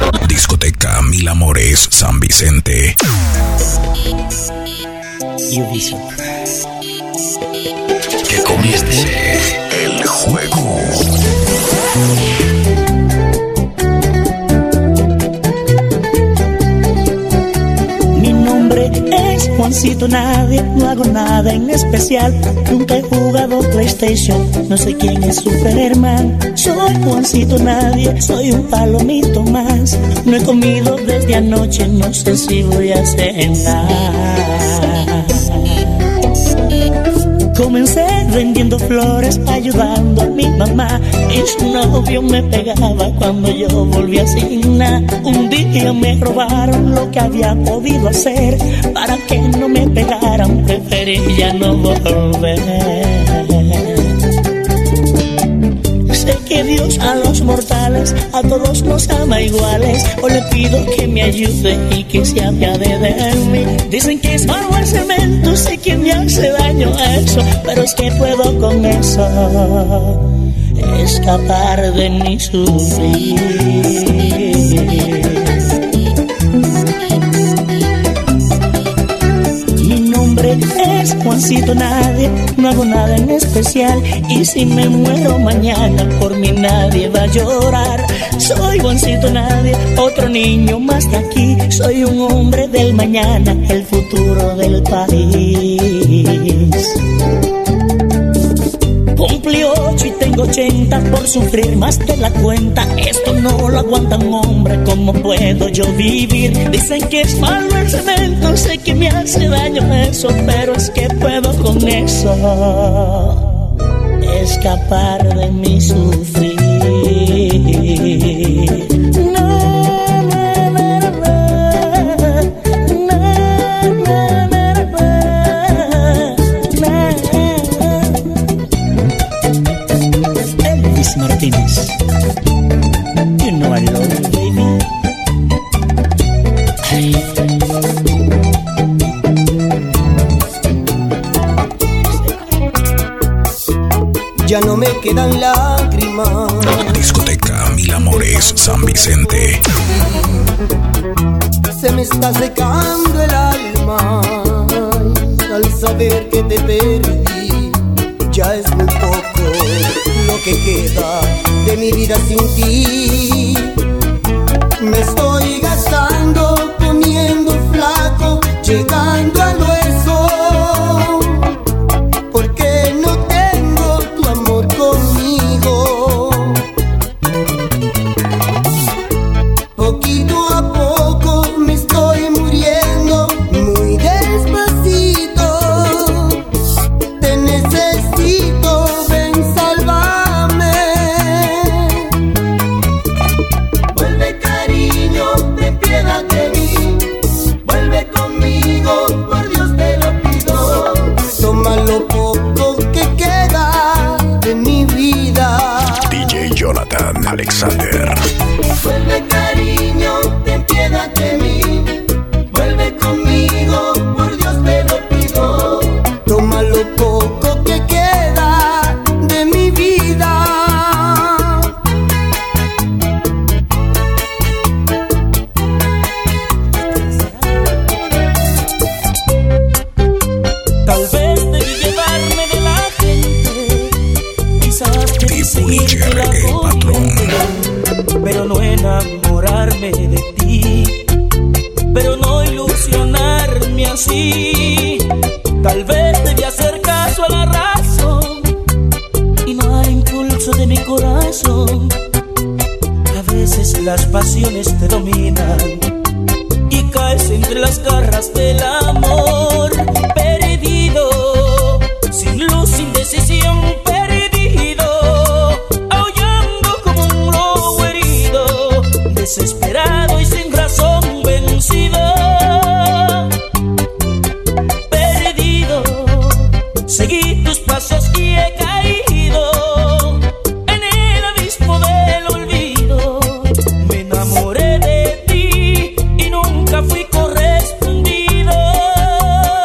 Discoteca Mil Amores San Vicente. Que comience el juego. Mi nombre es Juancito Nadie, no hago nada en especial. Nunca he jugado PlayStation, no sé quién es Superman. Soy Juancito Nadie, soy un palomito más. No he comido desde anoche, no sé si voy a cenar. Comencé vendiendo flores, ayudando a mi mamá, y su novio me pegaba cuando yo volví a nada. Un día me robaron lo que había podido hacer. Para que no me pegaran, preferí ya no volver. Sé que Dios a los mortales, a todos nos ama iguales. Hoy le pido que me ayude y que se apiade de mí. Dicen que es malo el cemento, sé que me hace daño eso, pero es que puedo con eso escapar de mi sufrir. Es Juancito Nadie, no hago nada en especial. Y si me muero mañana, por mí nadie va a llorar. Soy Juancito Nadie, otro niño más de aquí. Soy un hombre del mañana, el futuro del país. Cumplí 8 y tengo 80 por sufrir más de la cuenta. Esto no lo aguanta un hombre, ¿cómo puedo yo vivir? Dicen que es malo el cemento, sé que me hace daño eso, pero es que puedo con eso escapar de mi sufrir. Martínez, you know I love you, baby. Ay. Ya no me quedan lágrimas. Discoteca Mil Amores San Vicente. Se me está secando el alma al saber que te perdí. Ya es muy poco lo que queda de mi vida sin ti. Me estoy gastando, poniendo flaco, llegando al hueso, porque no tengo tu amor conmigo. Poquito a poco me estoy muriendo, muy despacito. Te necesito, ven, sálvame. Vuelve, cariño, ten piedad de mí. Vuelve conmigo, por Dios te lo pido. Toma lo poco que queda de mi vida. DJ Jonathan Alexander. Vuelve, cariño, ten piedad de mí. Vuelve conmigo, por Dios te lo pido. Toma lo poco que queda de mi vida. Tal vez debí llevarme de la gente, quizás debí seguir la corriente, pero no enamorarme de ti, pero no ilusionarme así. Tal vez debí hacer caso a la razón y no al impulso de mi corazón. A veces las pasiones te dominan y caes entre las garras del amor. Perdido, sin luz, sin decisión, perdido, aullando como un lobo herido, desesperado y sin razón, vencido. Perdido, seguí tus pasos y he caído en el abismo del olvido. Me enamoré de ti y nunca fui correspondido.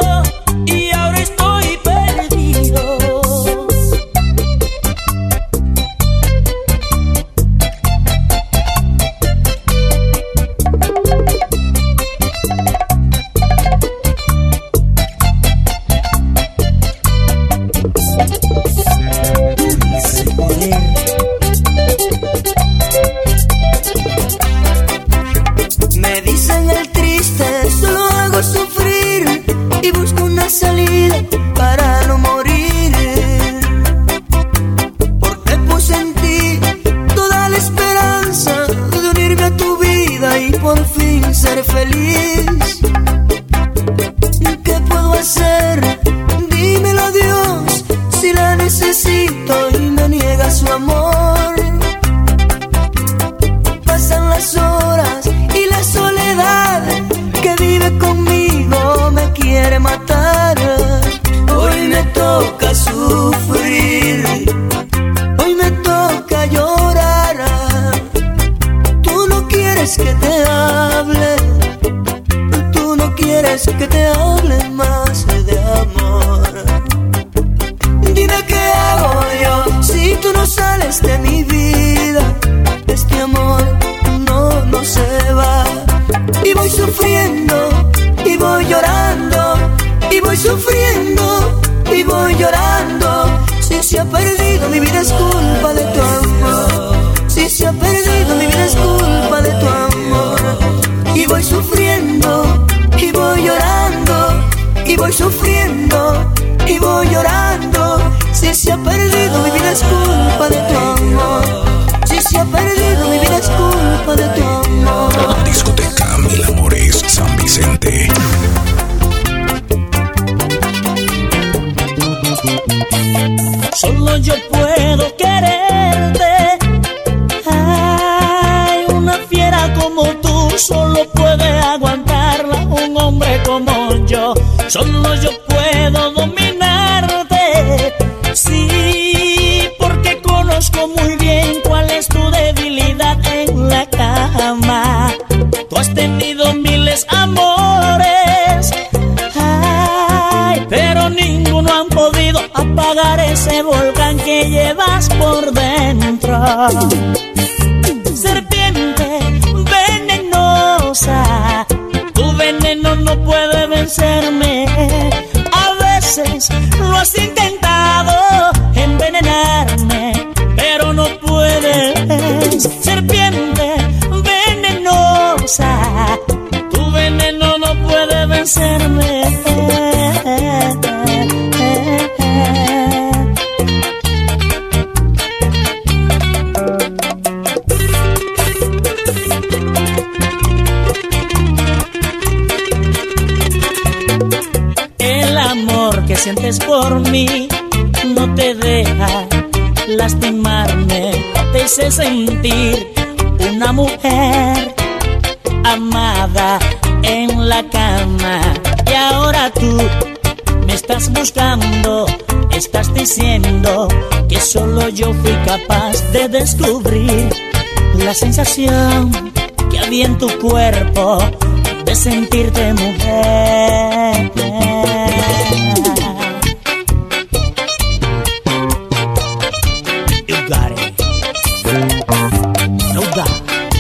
por fin ser feliz. ¿Qué puedo hacer? Dímelo, Dios, si la necesito y me niega su amor. Pasan las horas y la soledad que vive conmigo me quiere matar. Hoy me toca sufrir, hoy me toca llorar. Tú no quieres que te hable, tú no quieres que te hable más de amor. Dime qué hago yo si tú no sales de mi vida. Este amor no se va. Y voy sufriendo, y voy llorando, y voy sufriendo, y voy llorando. Si se ha perdido mi vida es culpa de tu amor. Si se ha perdido mi vida es culpa de tu amor. Y voy sufriendo, y voy llorando, y voy sufriendo, y voy llorando. Si se ha perdido mi vida es culpa de tu amor. Si se ha perdido mi vida es culpa de tu amor. Discoteca Mil Amores San Vicente. Solo yo puedo quererte. Ay, una fiera como tú solo puede aguantarla un hombre como yo. Solo yo puedo dominarte. Sí, porque conozco muy bien cuál es tu debilidad en la cama. Tú has tenido miles amores, ay, pero ninguno han podido apagar ese volcán que llevas por dentro. Serpiente venenosa, tu veneno no puede vencerme. A veces lo has intentado envenenarme, pero no puedes. Serpiente venenosa, tu veneno no puede vencerme. El amor que sientes por mí no te deja lastimarme, te hice sentir una mujer amada en la cama. Y ahora tú me estás buscando, estás diciendo que solo yo fui capaz de descubrir la sensación que había en tu cuerpo de sentirte mujer. You got it. No doubt.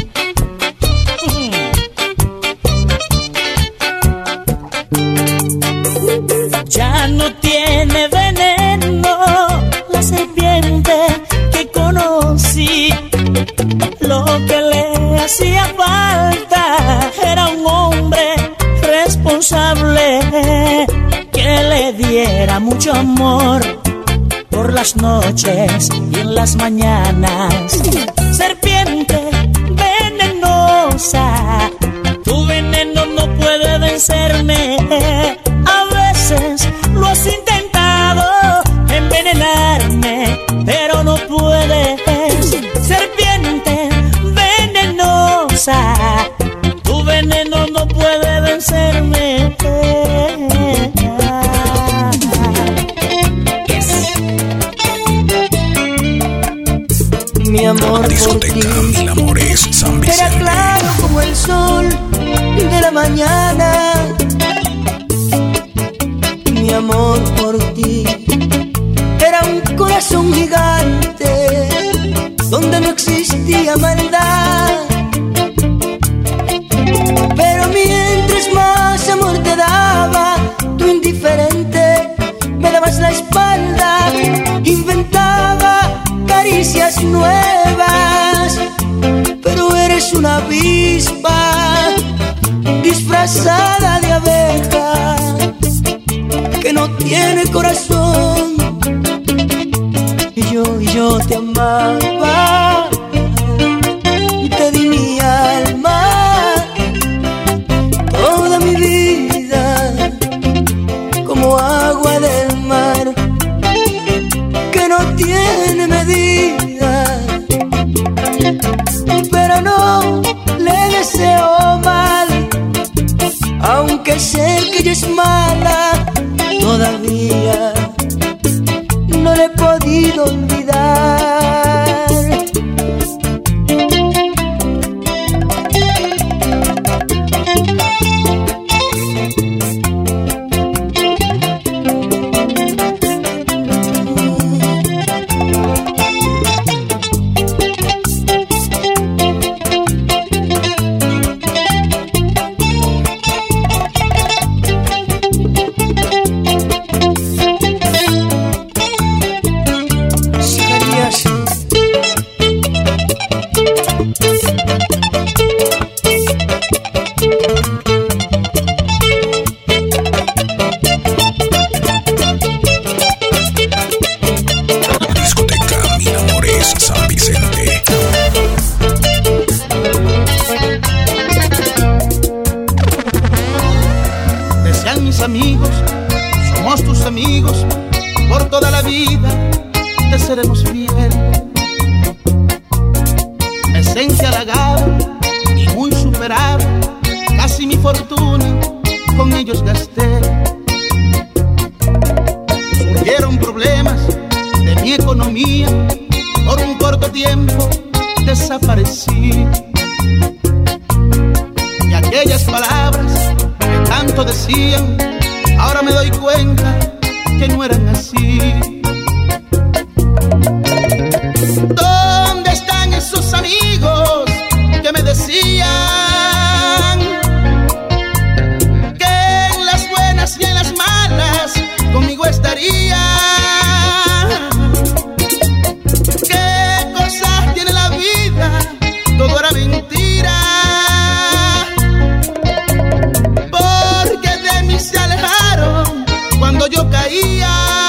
Ya no tiene veneno la serpiente que conocí. Lo que le hacía falta era un hombre responsable que le diera mucho amor por las noches y en las mañanas. Serpiente venenosa, tu veneno no puede vencerme. A veces lo has intentado envenenarme, pero no puedes. Serpiente venenosa, tu veneno no puede vencerme. Mi amor Discoteca por ti Mil Amores San era Vicente. claro como el sol de la mañana. Mi amor por ti era un corazón gigante donde no existía maldad. Pero mientras más amor te daba, tú indiferente me dabas la espalda. Inventaba caricias nuevas, pero eres una avispa disfrazada de abeja que no tiene corazón. Y yo te amaba, te di mi alma, puede ser que ella es mala, todavía no le he podido olvidar. Amigos, somos tus amigos, por toda la vida te seremos fieles. Me sentí halagado y muy superado, casi mi fortuna con ellos gasté. Surgieron problemas de mi economía, por un corto tiempo desaparecí. Y aquellas palabras que tanto decían, ahora me doy cuenta que no eran así. ¿Dónde están esos amigos que me decían que en las buenas y en las malas conmigo estarían? ¿Qué cosas tiene la vida? Todo era mentira. Cuando yo caía,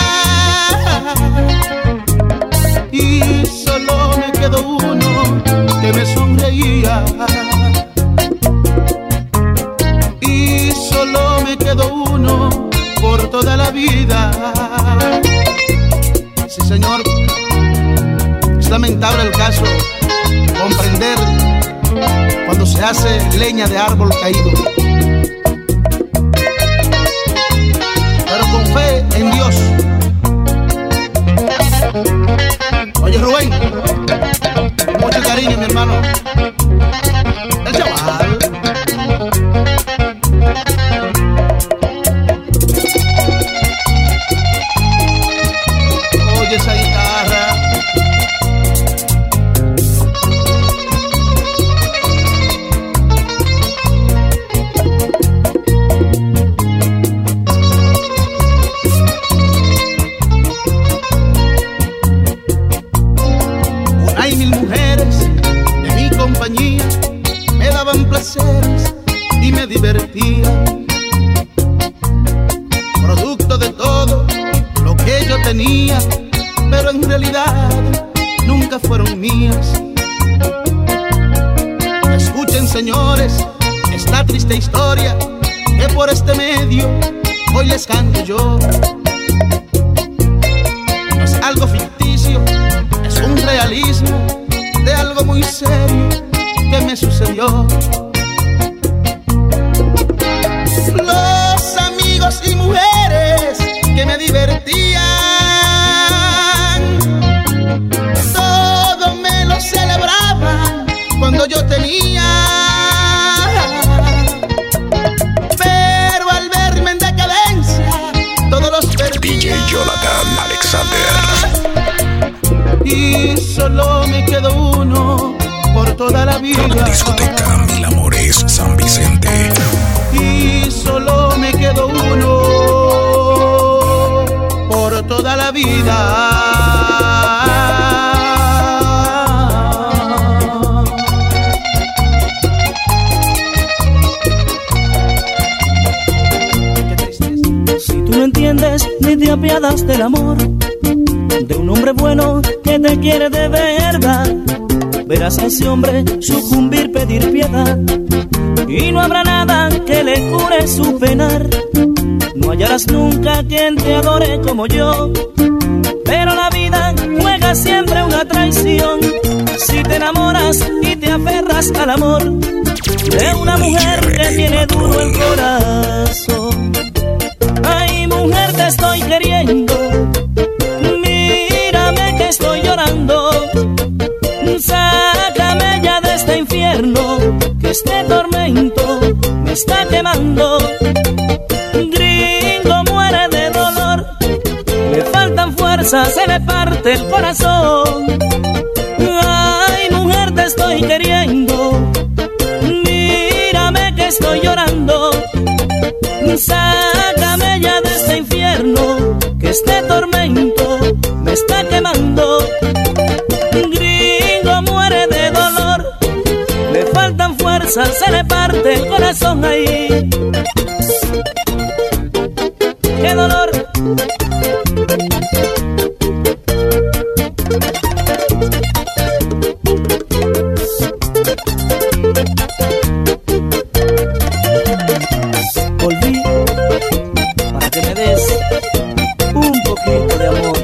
y solo me quedó uno que me sonreía, y solo me quedó uno por toda la vida. Sí, señor, es lamentable el caso, comprender cuando se hace leña de árbol caído. Con fe en Dios. Oye, Rubén, con mucho cariño, mi hermano. El chaval. Oye esa guitarra. Hay 1000 mujeres de mi compañía, me daban placeres y me divertían. Producto de todo lo que yo tenía, pero en realidad nunca fueron mías. Escuchen, señores, esta triste historia que por este medio hoy les canto yo. No es algo ficticio, es un realismo de algo muy serio que me sucedió. Los amigos y mujeres que me divertían, todo me lo celebraban cuando yo tenía. Pero al verme en decadencia, todos los perdí. DJ Jonathan Alexander. Y solo me quedó uno por toda la vida. Discoteca Mil Amores San Vicente. Y solo me quedó uno por toda la vida. Si tú no entiendes ni te apiadas del amor de un hombre bueno que te quiere de verdad, verás a ese hombre sucumbir, pedir piedad, y no habrá nada que le cure su penar. No hallarás nunca quien te adore como yo, pero la vida juega siempre una traición. Si te enamoras y te aferras al amor, de una mujer que tiene duro el corazón. Ay, mujer, te estoy queriendo, mírame que estoy llorando. Sácame ya de este infierno, que este tormento me está quemando. Gringo muere de dolor, le faltan fuerzas, se le parte el corazón. Ay, mujer, te estoy queriendo, mírame que estoy llorando. Sácame ya de este infierno, que este tormento me está quemando. Gringo muere de dolor, le faltan fuerzas, se le parte el corazón ahí. ¡Qué dolor! Volví para que me des un poquito de amor.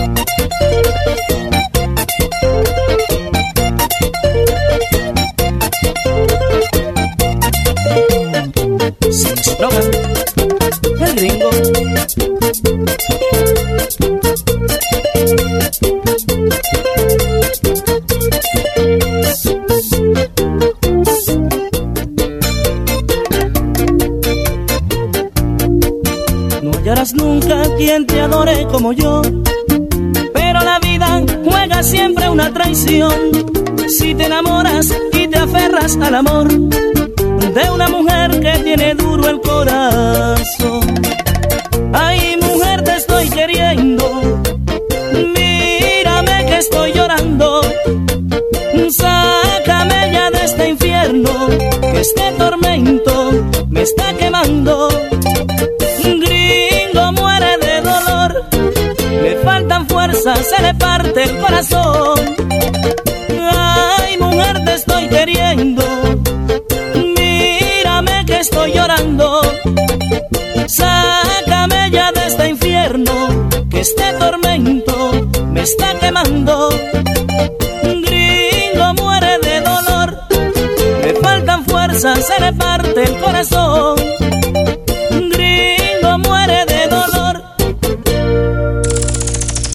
Sin eslogan, el gringo. No hallarás nunca quien te adore como yo, pero la vida juega siempre una traición. Si te enamoras y te aferras al amor de una mujer que tiene duro el corazón. Ay, mujer, te estoy queriendo, mírame que estoy llorando. Sácame ya de este infierno, que este tormento me está quemando. Gringo muere de dolor, le faltan fuerzas, se le parte el corazón. Ay, mujer, te estoy queriendo, mírame que estoy llorando. Sácame ya de este infierno, que este tormento me está quemando. Gringo muere de dolor, le faltan fuerzas, se le parte el corazón.